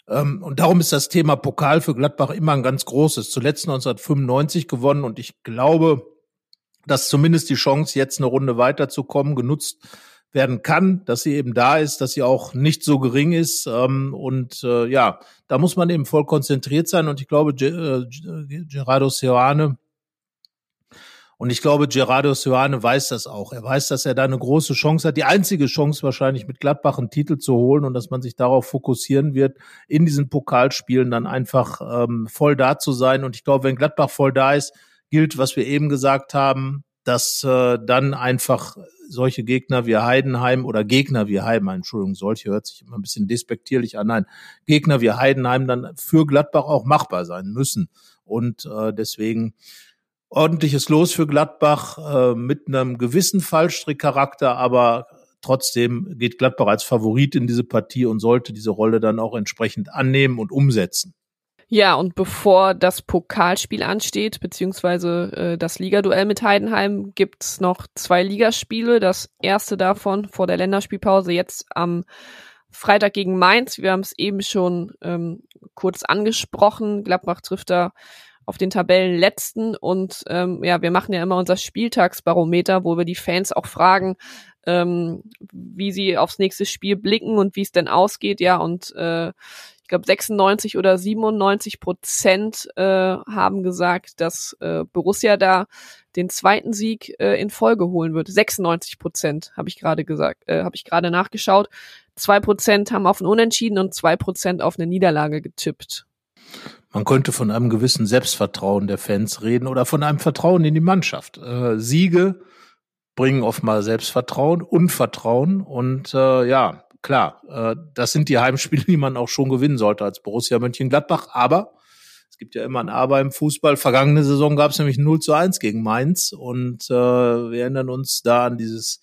Ähm, und darum ist das Thema Pokal für Gladbach immer ein ganz großes. Zuletzt neunzehnhundertfünfundneunzig gewonnen und ich glaube, dass zumindest die Chance, jetzt eine Runde weiterzukommen, genutzt werden kann, dass sie eben da ist, dass sie auch nicht so gering ist. Ähm, und äh, ja, da muss man eben voll konzentriert sein. Und ich glaube, Ge- äh, Gerardo Seoane und ich glaube, Gerardo Seoane weiß das auch. Er weiß, dass er da eine große Chance hat, die einzige Chance wahrscheinlich mit Gladbach einen Titel zu holen und dass man sich darauf fokussieren wird, in diesen Pokalspielen dann einfach ähm, voll da zu sein. Und ich glaube, wenn Gladbach voll da ist, gilt, was wir eben gesagt haben, dass äh, dann einfach solche Gegner wie Heidenheim oder Gegner wie Heidenheim, Entschuldigung, solche hört sich immer ein bisschen despektierlich an, nein, Gegner wie Heidenheim dann für Gladbach auch machbar sein müssen. Und äh, deswegen ordentliches Los für Gladbach äh, mit einem gewissen Fallstrickcharakter, aber trotzdem geht Gladbach als Favorit in diese Partie und sollte diese Rolle dann auch entsprechend annehmen und umsetzen. Ja, und bevor das Pokalspiel ansteht, beziehungsweise äh, das Ligaduell mit Heidenheim, gibt's noch zwei Ligaspiele. Das erste davon vor der Länderspielpause jetzt am Freitag gegen Mainz. Wir haben es eben schon ähm, kurz angesprochen. Gladbach trifft da auf den Tabellenletzten und ähm, ja, wir machen ja immer unser Spieltagsbarometer, wo wir die Fans auch fragen, ähm, wie sie aufs nächste Spiel blicken und wie es denn ausgeht. Ja, und äh, ich glaube sechsundneunzig oder siebenundneunzig Prozent äh, haben gesagt, dass äh, Borussia da den zweiten Sieg äh, in Folge holen wird. sechsundneunzig Prozent habe ich gerade gesagt, äh, habe ich gerade nachgeschaut. Zwei Prozent haben auf ein Unentschieden und zwei Prozent auf eine Niederlage getippt. Man könnte von einem gewissen Selbstvertrauen der Fans reden oder von einem Vertrauen in die Mannschaft. Äh, Siege bringen oftmals Selbstvertrauen und Vertrauen und äh, ja, klar, äh, das sind die Heimspiele, die man auch schon gewinnen sollte als Borussia Mönchengladbach, aber es gibt ja immer ein Aber im Fußball. Vergangene Saison gab es nämlich null zu eins gegen Mainz und äh, wir erinnern uns da an dieses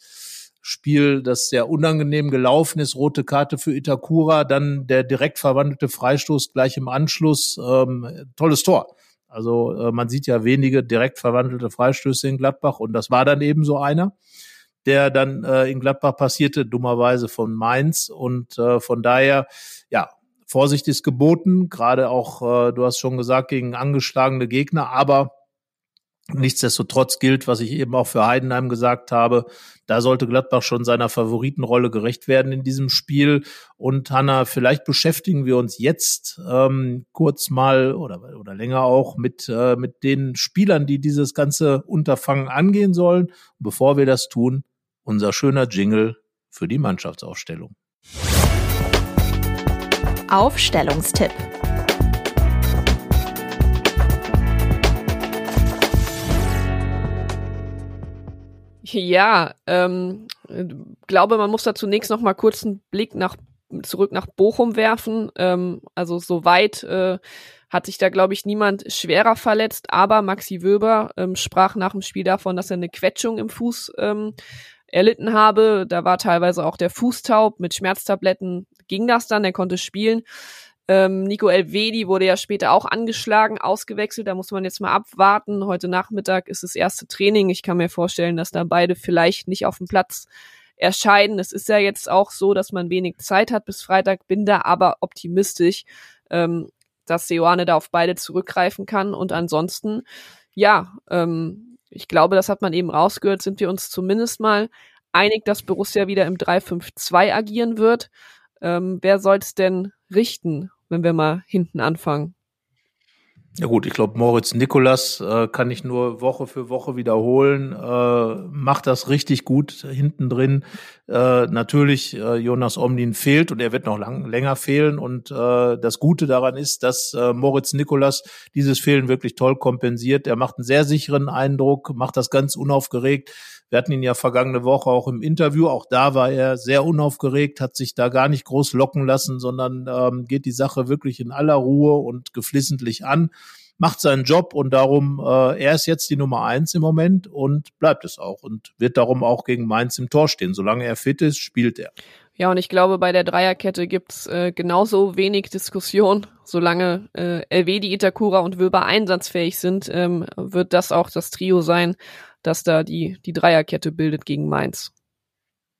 Spiel, das sehr unangenehm gelaufen ist, rote Karte für Itakura, dann der direkt verwandelte Freistoß gleich im Anschluss, ähm, tolles Tor. Also äh, man sieht ja wenige direkt verwandelte Freistöße in Gladbach und das war dann eben so einer, der dann äh, in Gladbach passierte, dummerweise von Mainz und äh, von daher, ja, Vorsicht ist geboten, gerade auch, äh, du hast schon gesagt, gegen angeschlagene Gegner, aber nichtsdestotrotz gilt, was ich eben auch für Heidenheim gesagt habe, da sollte Gladbach schon seiner Favoritenrolle gerecht werden in diesem Spiel. Und Hanna, vielleicht beschäftigen wir uns jetzt ähm, kurz mal oder oder länger auch mit äh, mit den Spielern, die dieses ganze Unterfangen angehen sollen. Und bevor wir das tun, unser schöner Jingle für die Mannschaftsaufstellung. Aufstellungstipp. Ja, ähm, glaube, man muss da zunächst noch mal kurz einen Blick nach zurück nach Bochum werfen. Ähm, also soweit äh, hat sich da, glaube ich, niemand schwerer verletzt, aber Maxi Wöber ähm, sprach nach dem Spiel davon, dass er eine Quetschung im Fuß ähm, erlitten habe. Da war teilweise auch der Fuß taub, mit Schmerztabletten ging das dann, er konnte spielen. Ähm, Nico Elvedi wurde ja später auch angeschlagen, ausgewechselt, da muss man jetzt mal abwarten. Heute Nachmittag ist das erste Training. Ich kann mir vorstellen, dass da beide vielleicht nicht auf dem Platz erscheinen. Es ist ja jetzt auch so, dass man wenig Zeit hat bis Freitag, bin da aber optimistisch, ähm, dass Seoane da auf beide zurückgreifen kann. Und ansonsten, ja, ähm, ich glaube, das hat man eben rausgehört, sind wir uns zumindest mal einig, dass Borussia wieder im drei fünf zwei agieren wird. Ähm, wer soll's denn richten, wenn wir mal hinten anfangen? Ja gut, ich glaube, Moritz Nicolas äh, kann ich nur Woche für Woche wiederholen, äh, macht das richtig gut hinten drin. Äh, natürlich, äh, Jonas Omlin fehlt und er wird noch lang, länger fehlen und äh, das Gute daran ist, dass äh, Moritz Nicolas dieses Fehlen wirklich toll kompensiert. Er macht einen sehr sicheren Eindruck, macht das ganz unaufgeregt. Wir hatten ihn ja vergangene Woche auch im Interview, auch da war er sehr unaufgeregt, hat sich da gar nicht groß locken lassen, sondern ähm, geht die Sache wirklich in aller Ruhe und geflissentlich an, macht seinen Job und darum, äh, er ist jetzt die Nummer eins im Moment und bleibt es auch und wird darum auch gegen Mainz im Tor stehen. Solange er fit ist, spielt er. Ja, und ich glaube, bei der Dreierkette gibt's äh, genauso wenig Diskussion. Solange äh, Elvedi, Itakura und Wöber einsatzfähig sind, ähm, wird das auch das Trio sein, das da die die Dreierkette bildet gegen Mainz.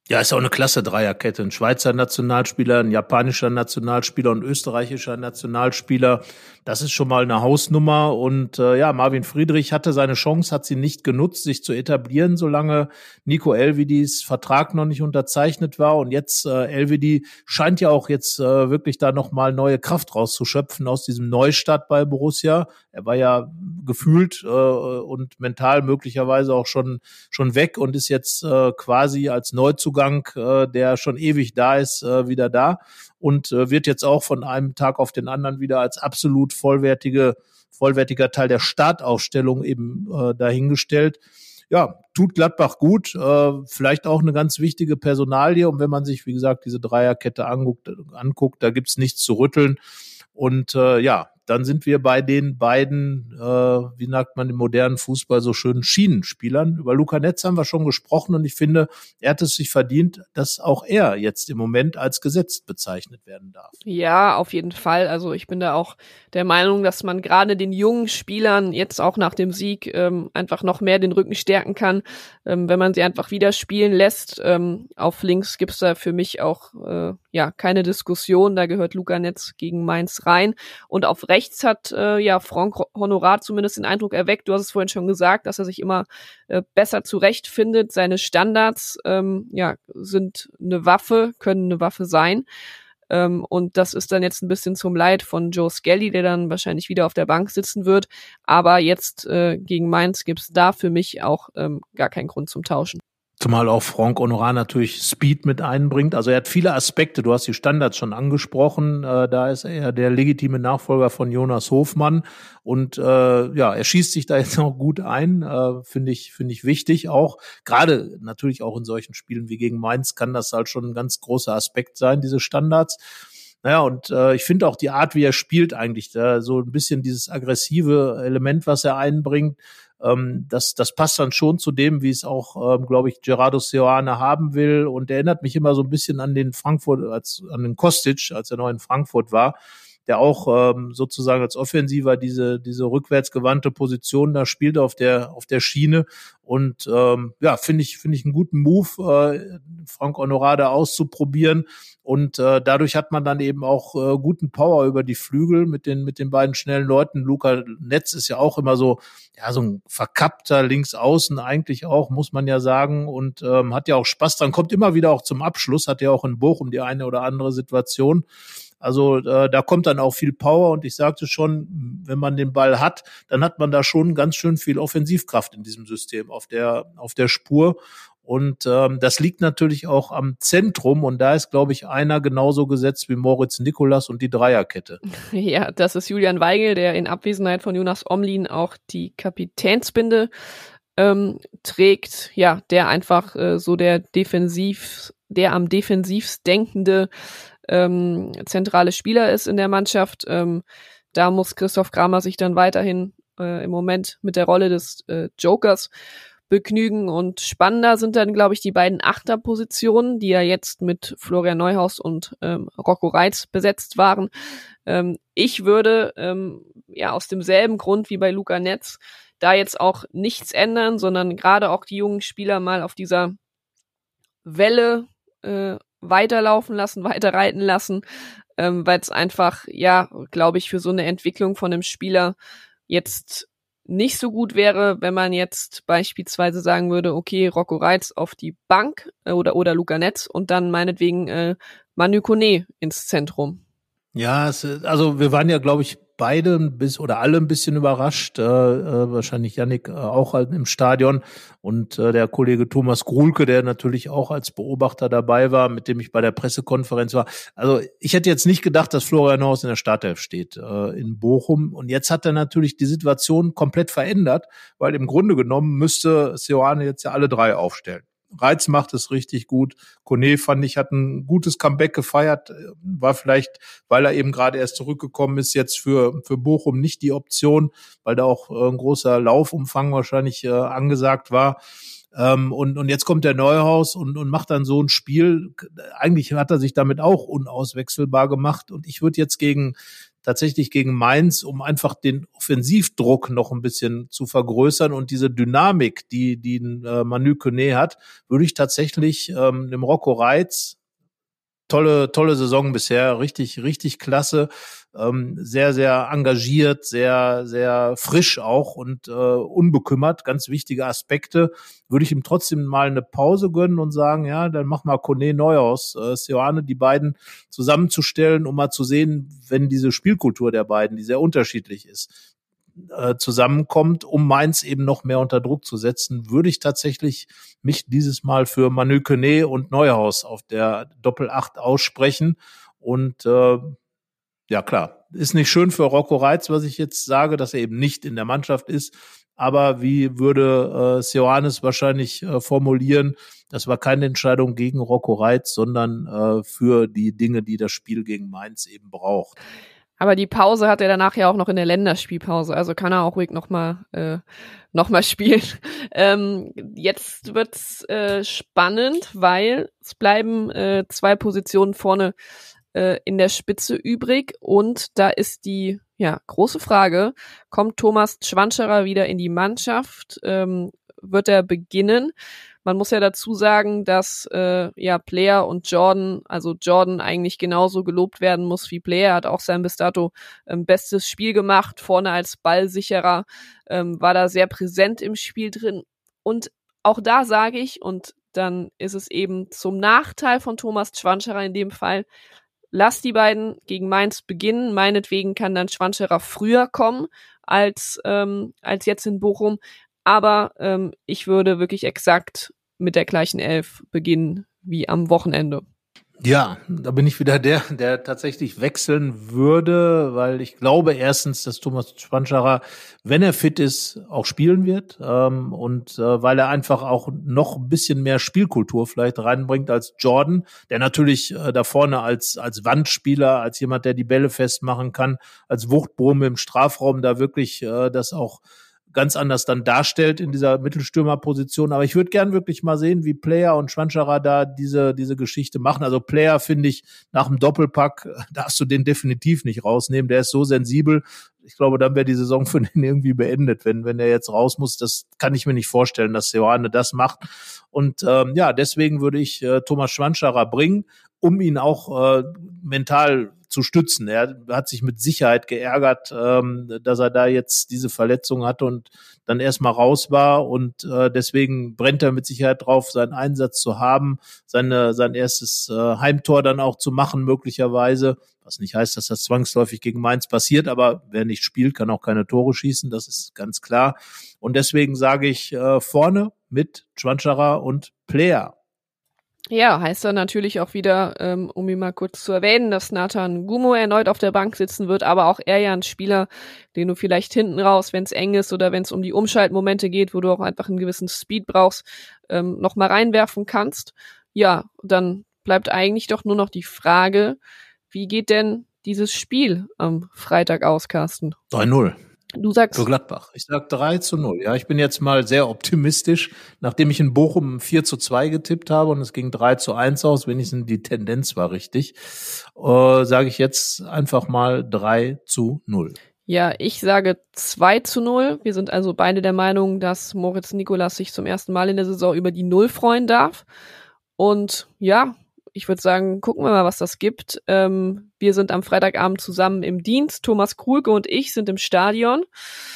Ja, ist auch eine klasse Dreierkette. Ein Schweizer Nationalspieler, ein japanischer Nationalspieler und ein österreichischer Nationalspieler. Das ist schon mal eine Hausnummer. Und äh, ja, Marvin Friedrich hatte seine Chance, hat sie nicht genutzt, sich zu etablieren, solange Nico Elvedis Vertrag noch nicht unterzeichnet war. Und jetzt, äh, Elvedi scheint ja auch jetzt äh, wirklich da nochmal neue Kraft rauszuschöpfen aus diesem Neustart bei Borussia. Er war ja gefühlt äh, und mental möglicherweise auch schon schon weg und ist jetzt äh, quasi als Neuzugang, äh, der schon ewig da ist, äh, wieder da und äh, wird jetzt auch von einem Tag auf den anderen wieder als absolut vollwertige vollwertiger Teil der Startaufstellung eben äh, dahingestellt. Ja, tut Gladbach gut, äh, vielleicht auch eine ganz wichtige Personalie. Und wenn man sich, wie gesagt, diese Dreierkette anguckt, anguckt, da gibt's nichts zu rütteln. Und äh, ja, dann sind wir bei den beiden, äh, wie sagt man im modernen Fußball so schön, Schienenspielern. Über Luca Netz haben wir schon gesprochen und ich finde, er hat es sich verdient, dass auch er jetzt im Moment als gesetzt bezeichnet werden darf. Ja, auf jeden Fall. Also ich bin da auch der Meinung, dass man gerade den jungen Spielern jetzt auch nach dem Sieg ähm, einfach noch mehr den Rücken stärken kann, ähm, wenn man sie einfach wieder spielen lässt. Ähm, auf links gibt's da für mich auch äh, ja keine Diskussion. Da gehört Luca Netz gegen Mainz rein. Und auf rechts hat äh, ja Franck Honorat zumindest den Eindruck erweckt, du hast es vorhin schon gesagt, dass er sich immer äh, besser zurechtfindet. Seine Standards ähm, ja sind eine Waffe, können eine Waffe sein. Ähm, und das ist dann jetzt ein bisschen zum Leid von Joe Skelly, der dann wahrscheinlich wieder auf der Bank sitzen wird. Aber jetzt äh, gegen Mainz gibt's da für mich auch ähm, gar keinen Grund zum Tauschen. Zumal auch Franck Honorat natürlich Speed mit einbringt. Also er hat viele Aspekte. Du hast die Standards schon angesprochen. Äh, da ist er der legitime Nachfolger von Jonas Hofmann. Und äh, ja, er schießt sich da jetzt auch gut ein. Äh, finde ich, finde ich wichtig. Auch gerade natürlich auch in solchen Spielen wie gegen Mainz kann das halt schon ein ganz großer Aspekt sein, diese Standards. Naja, und äh, ich finde auch die Art, wie er spielt eigentlich, da so ein bisschen dieses aggressive Element, was er einbringt, ähm, das das passt dann schon zu dem, wie es auch, ähm, glaube ich, Gerardo Seoane haben will. Und er erinnert mich immer so ein bisschen an den Frankfurt, als an den Kostic, als er noch in Frankfurt war, der auch ähm, sozusagen als Offensiver diese diese rückwärtsgewandte Position da spielt auf der auf der Schiene. Und ähm, ja, finde ich finde ich einen guten Move, äh, Franck Honorat da auszuprobieren. Und äh, dadurch hat man dann eben auch äh, guten Power über die Flügel mit den mit den beiden schnellen Leuten. Luca Netz ist ja auch immer so ja so ein verkappter Linksaußen eigentlich auch, muss man ja sagen. Und ähm, hat ja auch Spaß dran, kommt immer wieder auch zum Abschluss, hat ja auch in Bochum die eine oder andere Situation. Also äh, da kommt dann auch viel Power und ich sagte schon, wenn man den Ball hat, dann hat man da schon ganz schön viel Offensivkraft in diesem System auf der auf der Spur. Und ähm, das liegt natürlich auch am Zentrum und da ist, glaube ich, einer genauso gesetzt wie Moritz Nicolas und die Dreierkette. Ja, das ist Julian Weigl, der in Abwesenheit von Jonas Omlin auch die Kapitänsbinde ähm, trägt. Ja, der einfach äh, so der defensiv, der am defensivst denkende ähm, zentrale Spieler ist in der Mannschaft. Ähm, da muss Christoph Kramer sich dann weiterhin äh, im Moment mit der Rolle des äh, Jokers begnügen und spannender sind dann, glaube ich, die beiden Achterpositionen, die ja jetzt mit Florian Neuhaus und ähm, Rocco Reitz besetzt waren. Ähm, ich würde ähm, ja aus demselben Grund wie bei Luca Netz da jetzt auch nichts ändern, sondern gerade auch die jungen Spieler mal auf dieser Welle äh, weiterlaufen lassen, weiterreiten lassen, ähm, weil es einfach, ja, glaube ich, für so eine Entwicklung von einem Spieler jetzt nicht so gut wäre, wenn man jetzt beispielsweise sagen würde, okay, Rocco Reitz auf die Bank äh, oder oder Luca Netz und dann meinetwegen äh, Manu Kone ins Zentrum. Ja, es, also wir waren ja, glaube ich, beide ein bisschen oder alle ein bisschen überrascht, äh, äh, wahrscheinlich Yannick äh, auch halt im Stadion und äh, der Kollege Thomas Gruhlke, der natürlich auch als Beobachter dabei war, mit dem ich bei der Pressekonferenz war. Also ich hätte jetzt nicht gedacht, dass Florian Neuhaus in der Startelf steht äh, in Bochum und jetzt hat er natürlich die Situation komplett verändert, weil im Grunde genommen müsste Seoane jetzt ja alle drei aufstellen. Reitz macht es richtig gut. Kone, fand ich, hat ein gutes Comeback gefeiert. War vielleicht, weil er eben gerade erst zurückgekommen ist, jetzt für für Bochum nicht die Option, weil da auch ein großer Laufumfang wahrscheinlich äh, angesagt war. Ähm, und und jetzt kommt der Neuhaus und und macht dann so ein Spiel. Eigentlich hat er sich damit auch unauswechselbar gemacht. Und ich würde jetzt gegen tatsächlich gegen Mainz, um einfach den Offensivdruck noch ein bisschen zu vergrößern und diese Dynamik, die die äh, Manu Koné hat, würde ich tatsächlich ähm, dem Rocco Reitz, tolle tolle Saison bisher, richtig richtig klasse, ähm, sehr sehr engagiert, sehr sehr frisch auch und äh, unbekümmert, ganz wichtige Aspekte, würde ich ihm trotzdem mal eine Pause gönnen und sagen, ja, dann mach mal Koné Neuhaus, äh, Seoane, die beiden zusammenzustellen, um mal zu sehen, wenn diese Spielkultur der beiden, die sehr unterschiedlich ist, äh, zusammenkommt, um Mainz eben noch mehr unter Druck zu setzen, würde ich tatsächlich mich dieses Mal für Manu Koné und Neuhaus auf der Doppel-Acht aussprechen. Und äh, ja klar, ist nicht schön für Rocco Reitz, was ich jetzt sage, dass er eben nicht in der Mannschaft ist. Aber wie würde äh, Seoane wahrscheinlich äh, formulieren, das war keine Entscheidung gegen Rocco Reitz, sondern äh, für die Dinge, die das Spiel gegen Mainz eben braucht. Aber die Pause hat er danach ja auch noch in der Länderspielpause, also kann er auch ruhig nochmal äh, noch mal spielen. Ähm, jetzt wird's äh, spannend, weil es bleiben äh, zwei Positionen vorne äh, in der Spitze übrig und da ist die ja große Frage, kommt Thomas Schwanscherer wieder in die Mannschaft? Ähm, wird er beginnen? Man muss ja dazu sagen, dass äh, ja Player und Jordan, also Jordan eigentlich genauso gelobt werden muss wie Player, hat auch sein bis dato ähm, bestes Spiel gemacht, vorne als Ballsicherer, ähm, war da sehr präsent im Spiel drin. Und auch da sage ich, und dann ist es eben zum Nachteil von Thomas Schwanscherer in dem Fall, lass die beiden gegen Mainz beginnen, meinetwegen kann dann Schwanscherer früher kommen als, ähm, als jetzt in Bochum. Aber ähm, ich würde wirklich exakt mit der gleichen Elf beginnen wie am Wochenende. Ja, da bin ich wieder der, der tatsächlich wechseln würde, weil ich glaube erstens, dass Thomas Schwanscherer, wenn er fit ist, auch spielen wird ähm, und äh, weil er einfach auch noch ein bisschen mehr Spielkultur vielleicht reinbringt als Jordan, der natürlich äh, da vorne als als Wandspieler, als jemand, der die Bälle festmachen kann, als Wuchtbrumme im Strafraum da wirklich äh, das auch ganz anders dann darstellt in dieser Mittelstürmerposition. Aber ich würde gern wirklich mal sehen, wie Player und Schwanscherer da diese diese Geschichte machen. Also Player finde ich nach dem Doppelpack, darfst du den definitiv nicht rausnehmen. Der ist so sensibel. Ich glaube, dann wäre die Saison für den irgendwie beendet, wenn wenn er jetzt raus muss. Das kann ich mir nicht vorstellen, dass Seoane das macht. Und ähm, ja, deswegen würde ich äh, Thomas Schwanscherer bringen, um ihn auch äh, mental zu stützen. Er hat sich mit Sicherheit geärgert, ähm, dass er da jetzt diese Verletzung hatte und dann erstmal raus war und äh, deswegen brennt er mit Sicherheit drauf, seinen Einsatz zu haben, seine sein erstes äh, Heimtor dann auch zu machen möglicherweise, was nicht heißt, dass das zwangsläufig gegen Mainz passiert, aber wer nicht spielt, kann auch keine Tore schießen, das ist ganz klar. Und deswegen sage ich äh, vorne mit Schwanscherer und Player. Ja, heißt dann natürlich auch wieder, ähm, um ihn mal kurz zu erwähnen, dass Nathan Gumo erneut auf der Bank sitzen wird, aber auch er ja ein Spieler, den du vielleicht hinten raus, wenn es eng ist oder wenn es um die Umschaltmomente geht, wo du auch einfach einen gewissen Speed brauchst, ähm, noch mal reinwerfen kannst. Ja, dann bleibt eigentlich doch nur noch die Frage, wie geht denn dieses Spiel am Freitag aus, Carsten? drei null. Du sagst für Gladbach. Ich sag drei zu null. Ja, ich bin jetzt mal sehr optimistisch. Nachdem ich in Bochum vier zu zwei getippt habe und es ging drei zu eins aus, wenigstens die Tendenz war richtig, äh, sage ich jetzt einfach mal drei zu null. Ja, ich sage zwei zu null. Wir sind also beide der Meinung, dass Moritz Nicolas sich zum ersten Mal in der Saison über die Null freuen darf. Und ja, ich würde sagen, gucken wir mal, was das gibt. Ähm, wir sind am Freitagabend zusammen im Dienst. Thomas Krulke und ich sind im Stadion.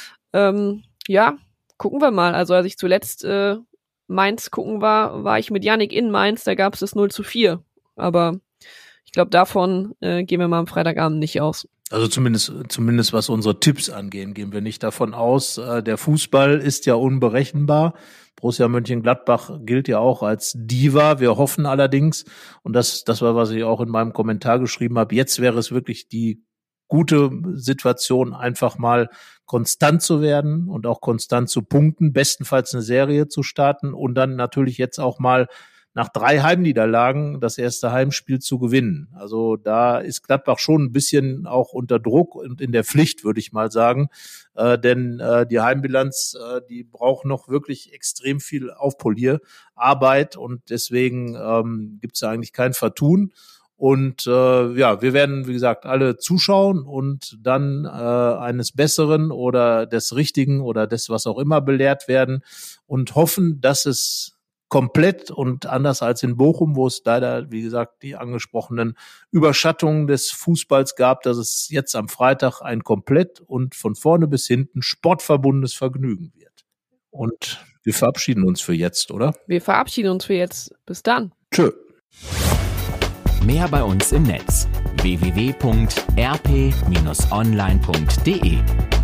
Ähm, ja, gucken wir mal. Also als ich zuletzt äh, Mainz gucken war, war ich mit Yannick in Mainz. Da gab es das null zu vier. Aber ich glaube, davon äh, gehen wir mal am Freitagabend nicht aus. Also zumindest, zumindest was unsere Tipps angehen, gehen wir nicht davon aus. Äh, der Fußball ist ja unberechenbar. Borussia Mönchengladbach gilt ja auch als Diva. Wir hoffen allerdings, und das, das war, was ich auch in meinem Kommentar geschrieben habe, jetzt wäre es wirklich die gute Situation, einfach mal konstant zu werden und auch konstant zu punkten, bestenfalls eine Serie zu starten und dann natürlich jetzt auch mal nach drei Heimniederlagen das erste Heimspiel zu gewinnen. Also da ist Gladbach schon ein bisschen auch unter Druck und in der Pflicht, würde ich mal sagen. Äh, denn äh, die Heimbilanz, äh, die braucht noch wirklich extrem viel Aufpolierarbeit und deswegen ähm, gibt es ja eigentlich kein Vertun. Und äh, ja, wir werden, wie gesagt, alle zuschauen und dann äh, eines Besseren oder des Richtigen oder des was auch immer belehrt werden und hoffen, dass es komplett und anders als in Bochum, wo es leider, wie gesagt, die angesprochenen Überschattungen des Fußballs gab, dass es jetzt am Freitag ein komplett und von vorne bis hinten sportverbundenes Vergnügen wird. Und wir verabschieden uns für jetzt, oder? Wir verabschieden uns für jetzt. Bis dann. Tschö. Mehr bei uns im Netz w w w punkt r p Bindestrich online punkt d e